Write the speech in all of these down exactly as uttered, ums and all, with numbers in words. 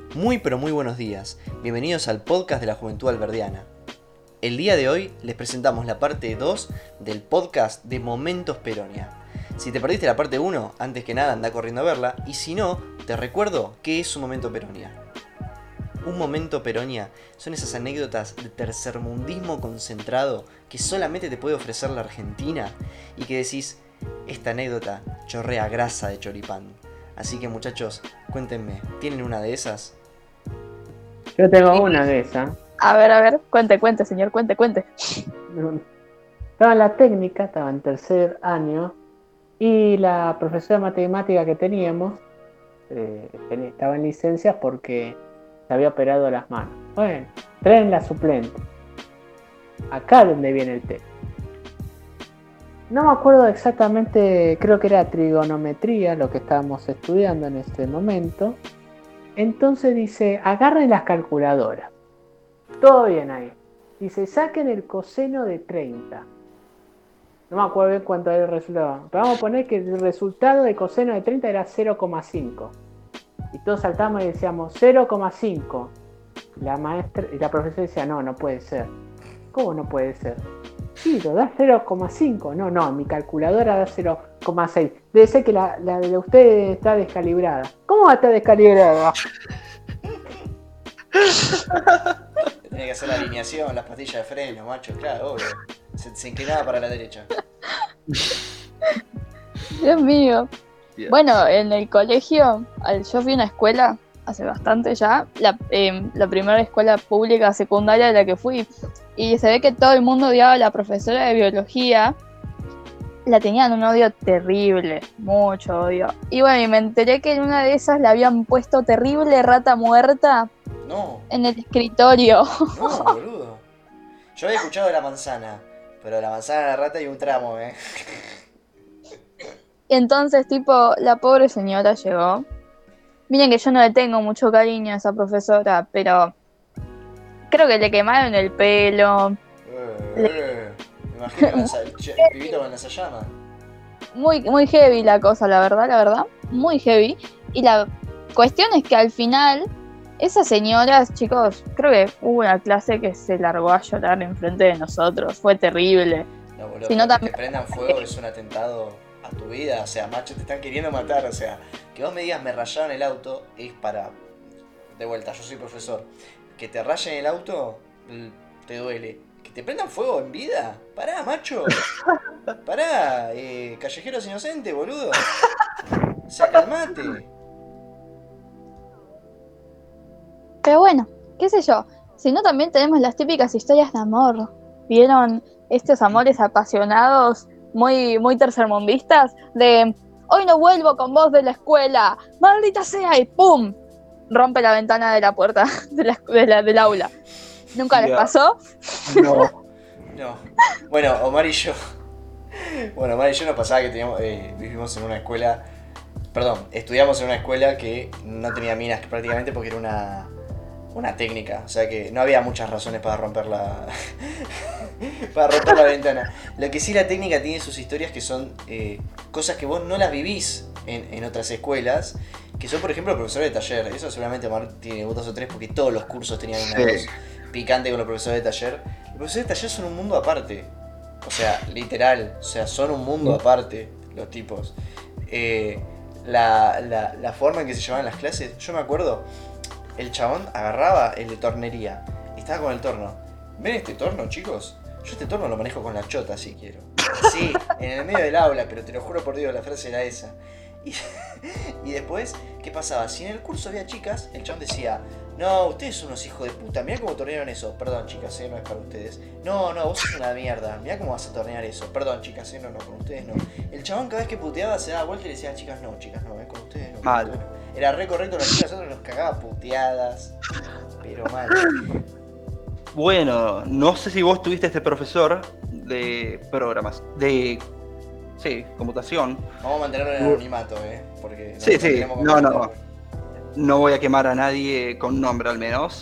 Muy pero muy buenos días, bienvenidos al podcast de la Juventud Alberdiana. El día de hoy les presentamos la parte dos del podcast de Momentos Peronia. Si te perdiste la parte uno, antes que nada anda corriendo a verla, y si no, te recuerdo qué es un momento Peronia. Un momento Peronia son esas anécdotas de tercermundismo concentrado que solamente te puede ofrecer la Argentina y que decís, esta anécdota chorrea grasa de choripán. Así que muchachos, cuéntenme, ¿tienen una de esas? Yo tengo una de esas. A ver, a ver, cuente, cuente, señor, cuente, cuente. Estaba en la técnica, estaba en tercer año, y la profesora de matemática que teníamos eh, estaba en licencia porque se había operado las manos. Bueno, traen la suplente. Acá donde viene el tema. No me acuerdo exactamente, creo que era trigonometría lo que estábamos estudiando en este momento. Entonces dice, agarren las calculadoras. Todo bien ahí. Dice, saquen el coseno de treinta. No me acuerdo bien cuánto era el resultado. Pero vamos a poner que el resultado de coseno de treinta era cero coma cinco. Y todos saltamos y decíamos cero coma cinco. La maestra y la profesora decía, no, no puede ser. ¿Cómo no puede ser? Sí, lo da cero coma cinco. No, no, mi calculadora da cero coma seis. Debe ser que la, la de ustedes está descalibrada. ¿Cómo va a estar descalibrada? Tenía que hacer la alineación, las pastillas de freno, macho, claro, obvio. Se, se inclinaba para la derecha. Dios mío. Bien. Bueno, en el colegio, al- yo fui a una escuela hace bastante ya, la, eh, la primera escuela pública secundaria de la que fui, y se ve que todo el mundo odiaba a la profesora de biología. La tenían un odio terrible, mucho odio. Y bueno, y me enteré que en una de esas le habían puesto terrible rata muerta No, en el escritorio. no, boludo. Yo había escuchado de la manzana, pero la manzana, la rata y un tramo, eh. Y entonces, tipo, la pobre señora llegó. Miren que yo no le tengo mucho cariño a esa profesora, pero creo que le quemaron el pelo. Eh, eh. Me imagino con esa, che, el pibito con esa llama. Muy, muy heavy la cosa, la verdad, la verdad. Muy heavy. Y la cuestión es que al final, esas señoras, chicos, creo que hubo una clase que se largó a llorar enfrente de nosotros. Fue terrible. No, boludo, Si no, que te también- prendan fuego es un atentado a tu vida. O sea, macho, te están queriendo matar. O sea, que vos me digas me rayaron el auto es para... De vuelta, yo soy profesor. Que te rayen el auto, mm, te duele. Que te prendan fuego en vida. Pará, macho. Pará, eh, callejeros inocentes, boludo. O sea, calmate. Pero bueno, qué sé yo. Si no, también tenemos las típicas historias de amor. ¿Vieron estos amores apasionados, muy, muy tercermundistas? De, hoy no vuelvo con vos de la escuela, maldita sea, y ¡pum! Rompe la ventana de la puerta de la, de la- del aula. ¿Nunca les Ya. pasó? No. No. Bueno, Omar y yo. Bueno, Omar y yo nos pasaba que teníamos, eh, vivimos en una escuela. Perdón, estudiamos en una escuela que no tenía minas prácticamente porque era una, una técnica. O sea que no había muchas razones para romper la. para romper la ventana. Lo que sí, la técnica tiene sus historias que son eh, cosas que vos no las vivís en, en otras escuelas. Que son, por ejemplo, profesores de taller. Eso seguramente Omar tiene dos o tres porque todos los cursos tenían una Sí. voz picante con los profesores de taller. Los profesores de taller son un mundo aparte. O sea, literal. O sea, son un mundo aparte los tipos. Eh, la, la, la forma en que se llevaban las clases. Yo me acuerdo, el chabón agarraba el de tornería y estaba con el torno. ¿Ven este torno, chicos? Yo este torno lo manejo con la chota si quiero. Sí, en el medio del aula, pero te lo juro por Dios, la frase era esa. Y, y después, ¿qué pasaba? Si en el curso había chicas, el chabón decía, no, ustedes son unos hijos de puta, mirá cómo tornearon eso. Perdón, chicas, eh, no es para ustedes. No, no, vos sos una mierda, mirá cómo vas a tornear eso. Perdón, chicas, eh, no, no, con ustedes no. El chabón cada vez que puteaba se daba vuelta y le decía, chicas, no, chicas, no, eh, con ustedes no. con Mal. ustedes no". Era re correcto, las chicas, nosotros nos cagaba puteadas. Pero mal. Bueno, no sé si vos tuviste este profesor de programas, de, sí, computación. Vamos a mantenerlo en anonimato, eh. Porque no, Sí, no sí, queremos no, no. comprometer. No voy a quemar a nadie con nombre al menos.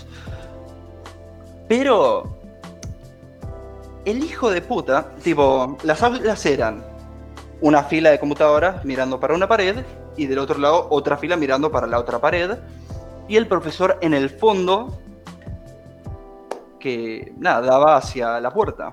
Pero el hijo de puta, tipo, las aulas eran una fila de computadoras mirando para una pared y del otro lado otra fila mirando para la otra pared. y el profesor en el fondo, que nada, daba hacia la puerta.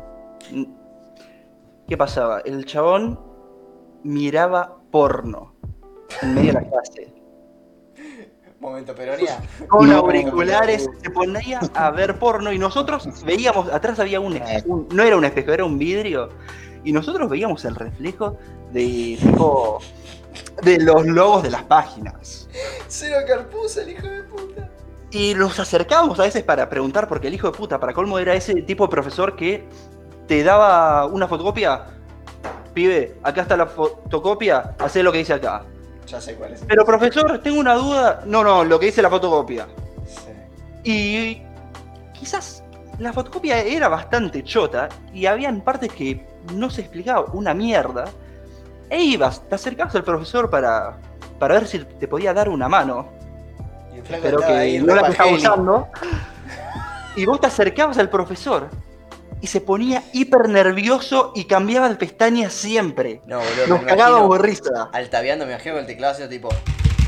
¿Qué pasaba? El chabón miraba porno en medio de la clase. Momento peronía. Con No, auriculares, se ponía a ver porno y nosotros veíamos, atrás había un, un- no era un espejo, era un vidrio, y nosotros veíamos el reflejo de tipo de los logos de las páginas. Cero carpuza, el hijo de puta. Y nos acercábamos a veces para preguntar, porque el hijo de puta, para colmo, era ese tipo de profesor que te daba una fotocopia. Pibe, acá está la fotocopia, hacé lo que dice acá. Ya sé cuál es. Pero profesor, tengo una duda. No, no, lo que dice la fotocopia. Sí. Y quizás la fotocopia era bastante chota y habían partes que no se explicaba una mierda. E ibas, te acercabas al profesor para, para ver si te podía dar una mano. Y el flaco Pero estaba que ahí, no la re estaba pajeli. usando. Y vos te acercabas al profesor y se ponía hiper nervioso y cambiaba de pestaña siempre. No, boludo, Nos me cagábamos de imagino risa. altaviando, me imagino con el teclado haciendo tipo.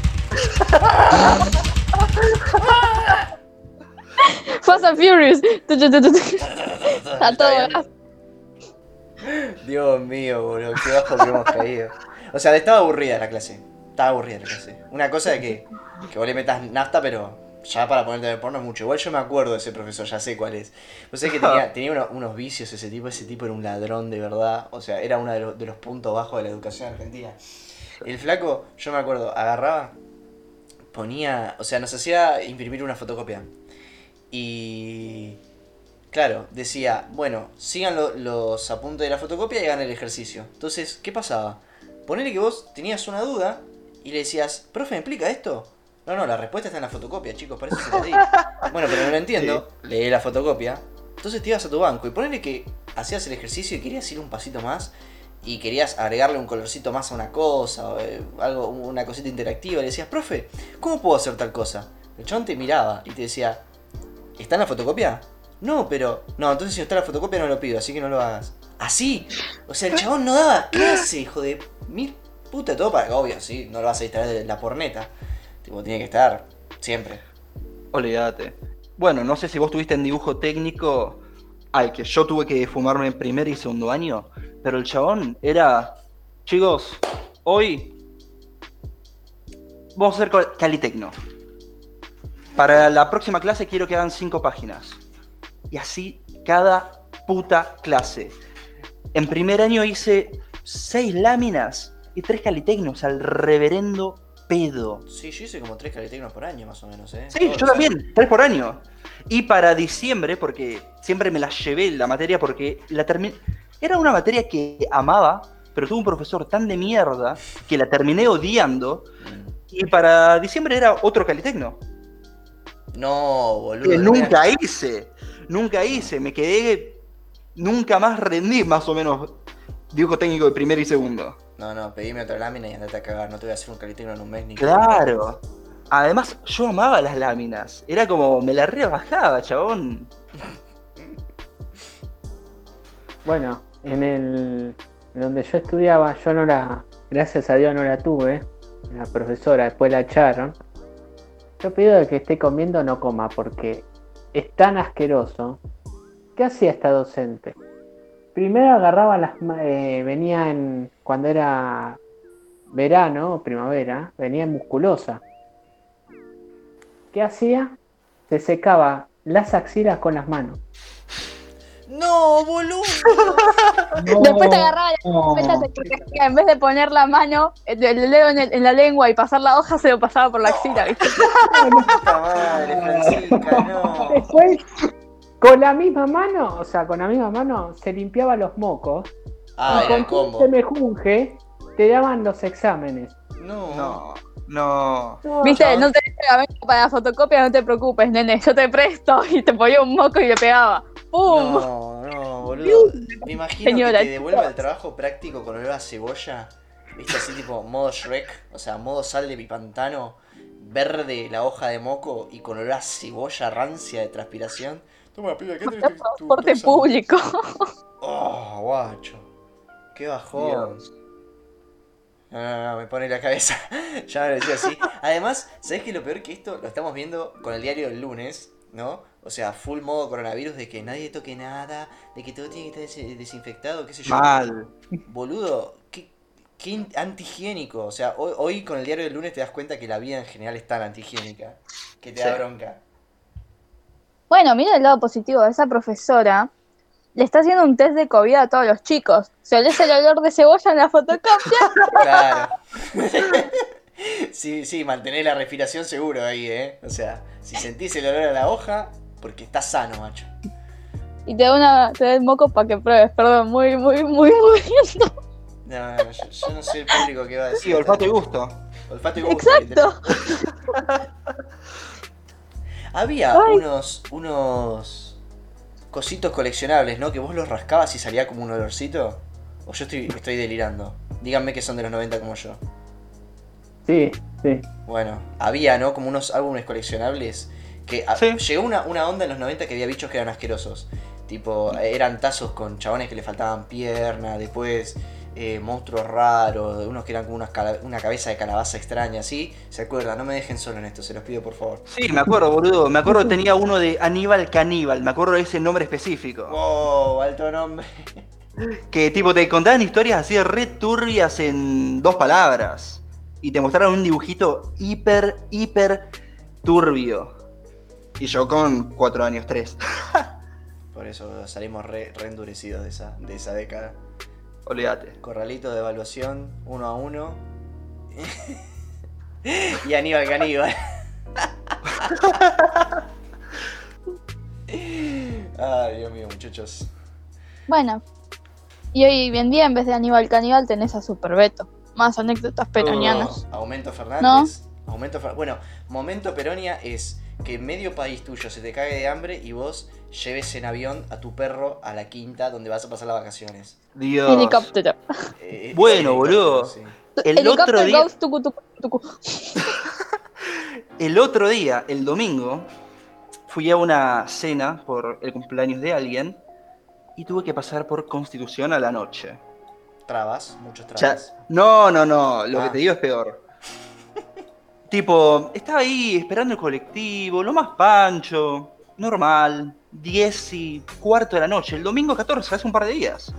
Fast and Furious. Tu, tu, tu, tu, tu. A todo altaviando. gas. Dios mío, boludo, qué bajo que hemos caído. O sea, estaba aburrida la clase. Estaba aburrida la clase. Una cosa de que, que vos le metas nafta, pero ya para ponerte a ver porno es mucho. Igual yo me acuerdo de ese profesor, ya sé cuál es. Vos sabés que tenía, tenía uno- unos vicios ese tipo. Ese tipo era un ladrón de verdad. O sea, era uno de los, de los puntos bajos de la educación argentina. El flaco, yo me acuerdo, agarraba, ponía, o sea, nos hacía imprimir una fotocopia. Y claro, decía, bueno, sigan lo- los apuntes de la fotocopia y hagan el ejercicio. Entonces, ¿qué pasaba? Ponele que vos tenías una duda y le decías, profe, ¿me explica esto? No, no, la respuesta está en la fotocopia, chicos, para eso se la di. Bueno, pero no lo entiendo, leí la fotocopia. Entonces te ibas a tu banco y ponele que hacías el ejercicio y querías ir un pasito más y querías agregarle un colorcito más a una cosa, o, eh, algo, una cosita interactiva. Le decías, profe, ¿cómo puedo hacer tal cosa? El chabón te miraba y te decía, ¿está en la fotocopia? No, pero... No, entonces si no está en la fotocopia no lo pido, así que no lo hagas. ¿Así? O sea, el chabón no daba clase, hijo de mil puta, todo para... Obvio, sí, no lo vas a distraer de la porneta. Tipo, tiene que estar siempre. Olvídate. Bueno, no sé si vos tuviste en dibujo técnico al que yo tuve que fumarme en primer y segundo año, pero el chabón era... Chicos, hoy vamos a hacer cal- Calitecno. Para la próxima clase quiero que hagan cinco páginas. Y así cada puta clase. En primer año hice seis láminas y tres Calitecnos al reverendo pedo. Sí, yo hice como tres calitecnos por año más o menos, ¿eh? Sí, Todos yo los también, años. tres por año. Y para diciembre, porque siempre me la llevé la materia porque la terminé... Era una materia que amaba, pero tuve un profesor tan de mierda que la terminé odiando. Mm. Y para diciembre era otro Calitecno. No, boludo. Que no nunca me- hice, nunca hice, me quedé, nunca más rendí más o menos dibujo técnico de primero y segundo. No, no, pedime otra lámina y andate a cagar. No te voy a hacer un calitecno en un mes ni que- Claro. Además, yo amaba las láminas. Era como, me la rebajaba, chabón. Bueno, en el en donde yo estudiaba, yo no la, gracias a Dios no la tuve, la profesora, después la echaron. Yo pido de que esté comiendo no coma, porque es tan asqueroso. ¿Qué hacía esta docente? Primero agarraba las, ma- eh, venía en, cuando era verano o primavera, venía musculosa. ¿Qué hacía? Se secaba las axilas con las manos. No, boludo. Después te agarraba la fíjate, porque en vez de poner la mano, el el dedo en, el- en la lengua y pasar la hoja, se lo pasaba por la axila, ¿viste? Puta madre, Francisca, no. Después, con la misma mano, o sea, con la misma mano, se limpiaba los mocos. Ah, y era el con todo combo. este mejunje, te daban los exámenes. No. No, no. No, ¿Viste? chabón. No tenés pegamento para la fotocopia, no te preocupes, nene, yo te presto. Y te ponía un moco y le pegaba. ¡Pum! No, no, boludo. Me imagino Señora, que te devuelva el trabajo práctico con olor a cebolla. ¿Viste? Así tipo modo Shrek. O sea, modo sal de mi pantano. Verde la hoja de moco y con olor a cebolla rancia de transpiración. Toma, piba, ¿qué tenés tu- tu- tu Transporte examen? público. Oh, guacho. Qué bajón. Dios. No, no, no, me pone la cabeza. Ya me lo decía así. Además, ¿sabés qué es lo peor que esto? Lo estamos viendo con el diario del lunes, ¿no? O sea, full modo coronavirus de que nadie toque nada, de que todo tiene que estar des- desinfectado, qué sé yo. Mal. Boludo, qué, qué in- antihigiénico. O sea, hoy, hoy con el diario del lunes te das cuenta que la vida en general es tan antihigiénica que te da Sí. bronca. Bueno, mira el lado positivo. Esa profesora le está haciendo un test de COVID a todos los chicos. ¿Se olés el olor de cebolla en la fotocopia? Claro. Sí, sí, mantener la respiración seguro ahí, ¿eh? O sea, si sentís el olor a la hoja, porque estás sano, macho. Y te da, una, te da el moco para que pruebes. Perdón, muy, muy, muy, muy. No, no, yo, yo no soy el público que va a decir. Sí, olfato y gusto. Olfato y gusto. Exacto. literal. Había Ay. unos, unos cositos coleccionables, ¿no? Que vos los rascabas y salía como un olorcito. O yo estoy, estoy delirando. Díganme que son de los noventa como yo. Sí, sí. Bueno, había, ¿no? Como unos álbumes coleccionables que a- Sí. llegó una, una onda en los noventa que había bichos que eran asquerosos. Tipo, eran tazos con chabones que le faltaban pierna, después eh, monstruos raros, unos que eran como unas cala- una cabeza de calabaza extraña, ¿sí? ¿Se acuerdan? No me dejen solo en esto, se los pido por favor. Sí, me acuerdo, boludo. Me acuerdo que tenía uno de Aníbal Caníbal. Me acuerdo de ese nombre específico. ¡Wow! Alto nombre. Que tipo te contaban historias así re turbias en dos palabras. Y te mostraron un dibujito hiper, hiper turbio. Y yo con cuatro años, tres. Por eso salimos re, re endurecidos de esa, de esa década. Olvídate. Corralito de evaluación, uno a uno. Y Aníbal Caníbal. Ay, Dios mío, muchachos. Bueno. Y hoy en día, en vez de Aníbal Caníbal, tenés a Super Beto. Más anécdotas peronianas. Oh, Aumento Fernández. Aumento Fer- Bueno, momento Peronia es que medio país tuyo se te cague de hambre y vos lleves en avión a tu perro a la quinta donde vas a pasar las vacaciones. Dios. Helicóptero. Eh, Bueno, helicóptero, boludo. sí. El otro Helicóptero día, goes tucu, tucu, tucu. el otro día, el domingo, fui a una cena por el cumpleaños de alguien y tuve que pasar por Constitución a la noche. Trabas, muchos O sea, trabas. no, no, no, lo Ah. que te digo es peor. Tipo, estaba ahí esperando el colectivo, lo más pancho, normal, diez y cuarto de la noche, el domingo catorce, hace un par de días.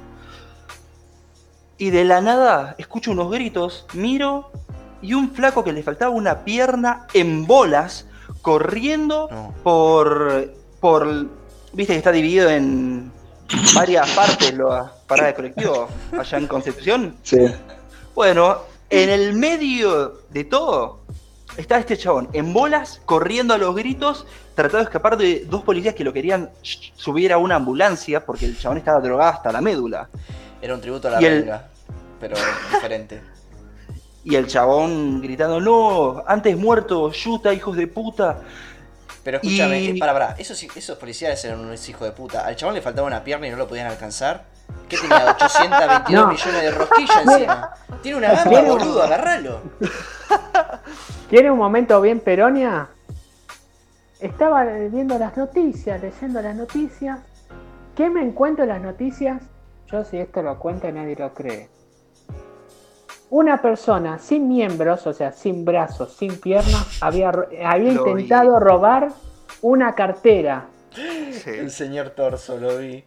Y de la nada escucho unos gritos, miro y un flaco que le faltaba una pierna en bolas corriendo No. por, por, viste que está dividido en varias partes las paradas de colectivo allá en Constitución. Sí. Bueno, en el medio de todo está este chabón en bolas, corriendo a los gritos, tratando de escapar de dos policías que lo querían sh- subir a una ambulancia porque el chabón estaba drogado hasta la médula. Era un tributo a la Y el- renga, pero diferente. Y el chabón gritando, no, antes muerto, yuta, hijos de puta. Pero escúchame, Y- eh, para, para, esos, esos policías eran unos hijos de puta. Al chabón le faltaba una pierna y no lo podían alcanzar. ¿Qué tenía? ochocientos veintidós No. millones de rosquillas encima. Tiene una gamba, Tiene- boludo, agarralo. ¿Quiere un momento bien Peronia? Estaba viendo las noticias, leyendo las noticias. ¿Qué me encuentro en las noticias? Yo si esto lo cuento nadie lo cree. Una persona sin miembros, o sea, sin brazos, sin piernas, había, ro- había Lo vi. intentado robar una cartera. Sí. El señor Torso, lo vi.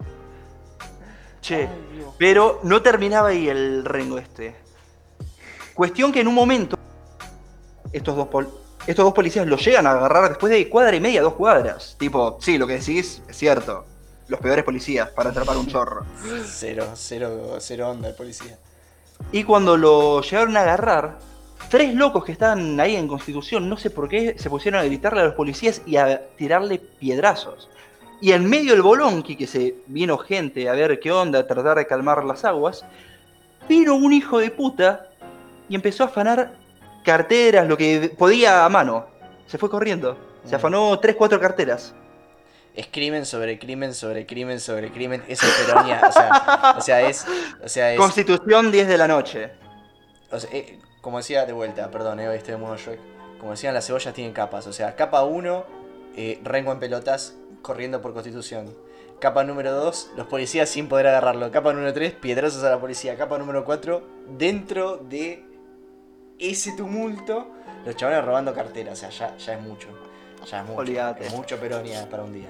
Che, pero no terminaba ahí el rengo este. Cuestión que en un momento estos dos, pol- estos dos policías lo llegan a agarrar después de cuadra y media, dos cuadras. Tipo, sí, lo que decís es cierto. Los peores policías para atrapar un chorro. Cero, cero, cero onda el policía. Y cuando lo llegaron a agarrar, tres locos que estaban ahí en Constitución, no sé por qué, se pusieron a gritarle a los policías y a tirarle piedrazos. Y en medio del bolonqui, que se vino gente a ver qué onda, a tratar de calmar las aguas, vino un hijo de puta y empezó a afanar carteras, lo que podía a mano. Se fue corriendo. Se Mm. afanó tres, cuatro carteras. Es crimen sobre crimen sobre crimen sobre crimen. Eso es Peronia. O sea, o sea, es. O sea, es. Constitución, diez de la noche. O sea, eh, como decía de vuelta, perdón, eh, hoy estoy de modo Shrek. Como decían, las cebollas tienen capas. O sea, capa uno, eh, Rengo en pelotas corriendo por Constitución. Capa número dos, los policías sin poder agarrarlo. Capa número tres, piedrazos a la policía. Capa número cuatro, dentro de ese tumulto, los chavales robando carteras. O sea, ya, ya es mucho. Ya es mucho. Olvídate. Es mucho Peronia para un día.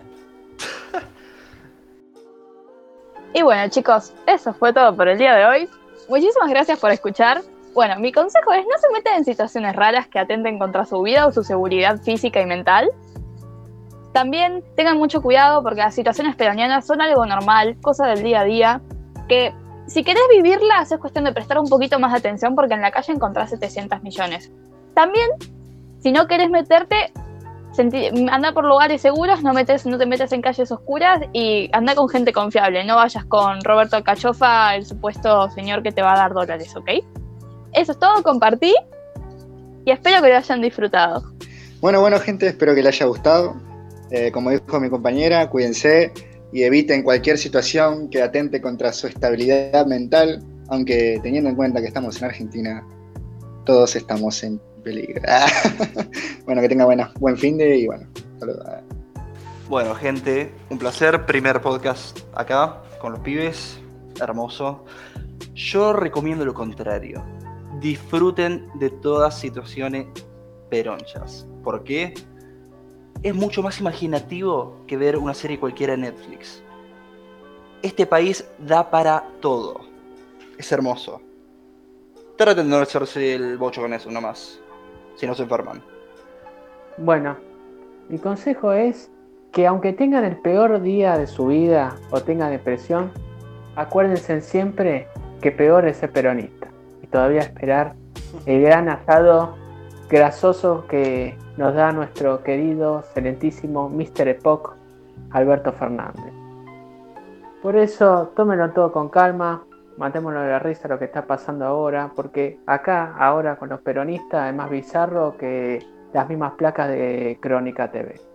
Y bueno, chicos, eso fue todo por el día de hoy. Muchísimas gracias por escuchar. Bueno, mi consejo es no se metan en situaciones raras que atenten contra su vida o su seguridad física y mental. También tengan mucho cuidado porque las situaciones peronianas son algo normal, cosa del día a día, que si querés vivirlas es cuestión de prestar un poquito más de atención porque en la calle encontrás setecientos millones. También, si no querés meterte, senti- anda por lugares seguros, no, metes, no te metes en calles oscuras y anda con gente confiable, no vayas con Roberto Cachofa, el supuesto señor que te va a dar dólares, ¿ok? Eso es todo, compartí y espero que lo hayan disfrutado. Bueno, bueno, gente, espero que les haya gustado. Eh, como dijo mi compañera, cuídense y eviten cualquier situación que atente contra su estabilidad mental, aunque teniendo en cuenta que estamos en Argentina, todos estamos en peligro. Bueno, que tengan buena, buen fin de y bueno, saludos. Bueno, gente, un placer. Primer podcast acá con los pibes. Hermoso. Yo recomiendo lo contrario. Disfruten de todas situaciones peronchas. ¿Por qué? Es mucho más imaginativo que ver una serie cualquiera en Netflix. Este país da para todo. Es hermoso. Traten de no hacerse el bocho con eso, nomás. Si no se enferman. Bueno, mi consejo es que aunque tengan el peor día de su vida o tengan depresión, acuérdense siempre que peor es ser peronista y todavía esperar el gran asado grasoso que nos da nuestro querido, excelentísimo míster Epoch, Alberto Fernández. Por eso, tómenlo todo con calma, matémonos de la risa lo que está pasando ahora, porque acá, ahora con los peronistas, es más bizarro que las mismas placas de Crónica T V.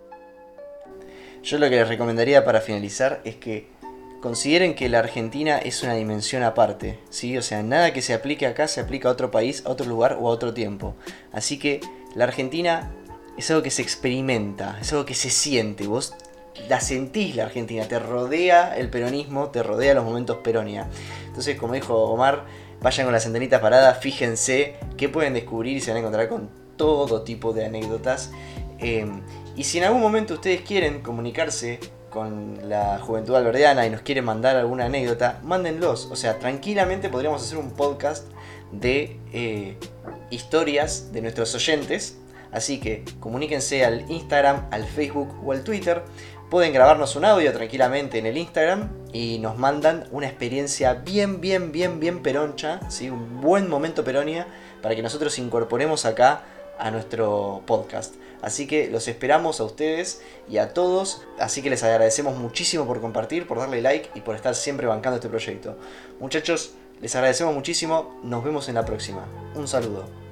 Yo lo que les recomendaría para finalizar es que consideren que la Argentina es una dimensión aparte, ¿sí? O sea, nada que se aplique acá se aplica a otro país, a otro lugar o a otro tiempo. Así que la Argentina es algo que se experimenta, es algo que se siente. Vos la sentís, la Argentina, te rodea el peronismo, te rodea los momentos peronia. Entonces, como dijo Omar, vayan con las antenitas paradas, fíjense qué pueden descubrir y se van a encontrar con todo tipo de anécdotas. Eh, y si en algún momento ustedes quieren comunicarse con la juventud alberdiana y nos quieren mandar alguna anécdota, mándenlos. O sea, tranquilamente podríamos hacer un podcast de eh, historias de nuestros oyentes. Así que comuníquense al Instagram, al Facebook o al Twitter. Pueden grabarnos un audio tranquilamente en el Instagram y nos mandan una experiencia bien, bien, bien, bien peroncha, ¿sí? Un buen momento peronia para que nosotros incorporemos acá a nuestro podcast. Así que los esperamos a ustedes y a todos. Así que les agradecemos muchísimo por compartir, por darle like y por estar siempre bancando este proyecto. Muchachos, les agradecemos muchísimo. Nos vemos en la próxima. Un saludo.